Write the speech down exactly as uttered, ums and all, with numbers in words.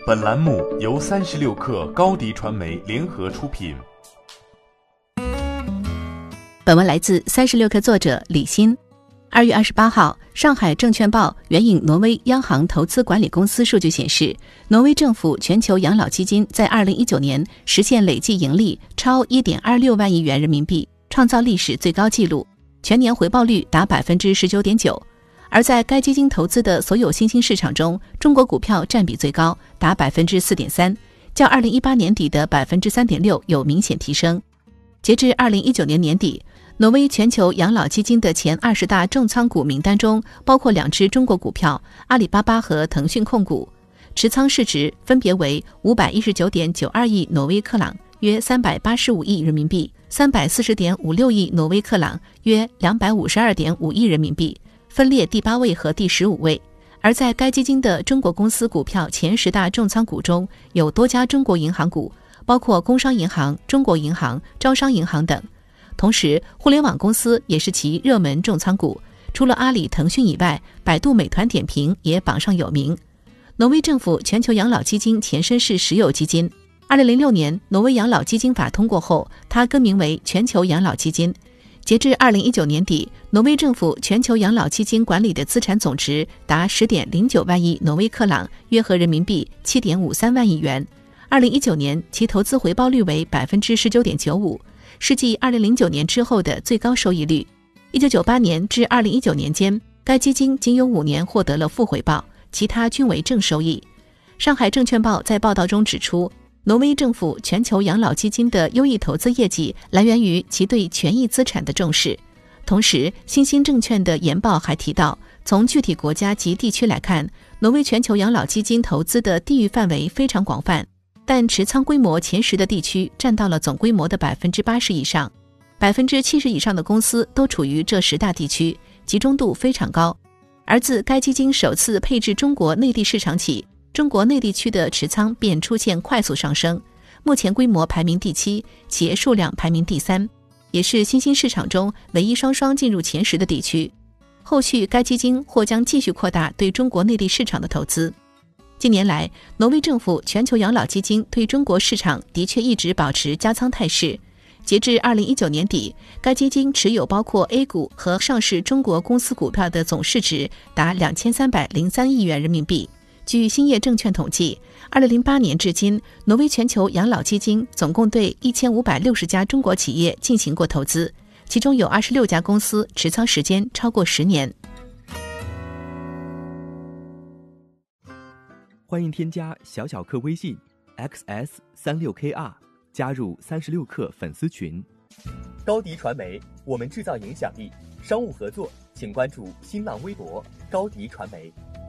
本栏目由三十六氪高迪传媒联合出品。 本文来自三十六氪作者李欣。二月二十八号，上海证券报援引挪威央行投资管理公司数据显示，挪威政府全球养老基金在二零一九年实现累计盈利超 一点二六万亿元人民币，创造历史最高纪录，全年回报率达 百分之十九点九。而在该基金投资的所有新兴市场中，中国股票占比最高，达 百分之四点三， 较二零一八年底的 百分之三点六 有明显提升。截至二零一九年年底，挪威全球养老基金的前二十大重仓股名单中包括两只中国股票，阿里巴巴和腾讯控股，持仓市值分别为 五百一十九点九二亿挪威克朗，约三百八十五亿人民币， 三百四十点五六亿挪威克朗，约两百五十二点五亿人民币，分列第八位和第十五位。而在该基金的中国公司股票前十大重仓股中，有多家中国银行股，包括工商银行、中国银行、招商银行等。同时，互联网公司也是其热门重仓股，除了阿里、腾讯以外，百度、美团点评也榜上有名。挪威政府全球养老基金前身是石油基金，二零零六年挪威养老基金法通过后，它更名为全球养老基金。截至二零一九年底，挪威政府全球养老基金管理的资产总值达 十点零九万亿挪威克朗，约合人民币 七点五三万亿元。二零一九年其投资回报率为 百分之十九点九五，是继二零零九年之后的最高收益率。一九九八年至二零一九年间，该基金仅有五年获得了负回报，其他均为正收益。上海证券报在报道中指出，挪威政府全球养老基金的优异投资业绩来源于其对权益资产的重视。同时，新兴证券的研报还提到，从具体国家及地区来看，挪威全球养老基金投资的地域范围非常广泛，但持仓规模前十的地区占到了总规模的 百分之八十 以上， 百分之七十 以上的公司都处于这十大地区，集中度非常高。而自该基金首次配置中国内地市场起，中国内地区的持仓便出现快速上升，目前规模排名第七，企业数量排名第三，也是新兴市场中唯一双双进入前十的地区。后续该基金或将继续扩大对中国内地市场的投资。近年来，挪威政府全球养老基金对中国市场的确一直保持加仓态势。截至二零一九年底，该基金持有包括 A 股和上市中国公司股票的总市值达两千三百零三亿元人民币。据兴业证券统计，二零零八年至今，挪威全球养老基金总共对一千五百六十家中国企业进行过投资，其中有二十六家公司持仓时间超过十年。 欢迎添加小小客微信 X S 三六 K R， 加入三十六氪粉丝群。 高迪传媒，我们制造影响力。商务合作请关注新浪微博高迪传媒。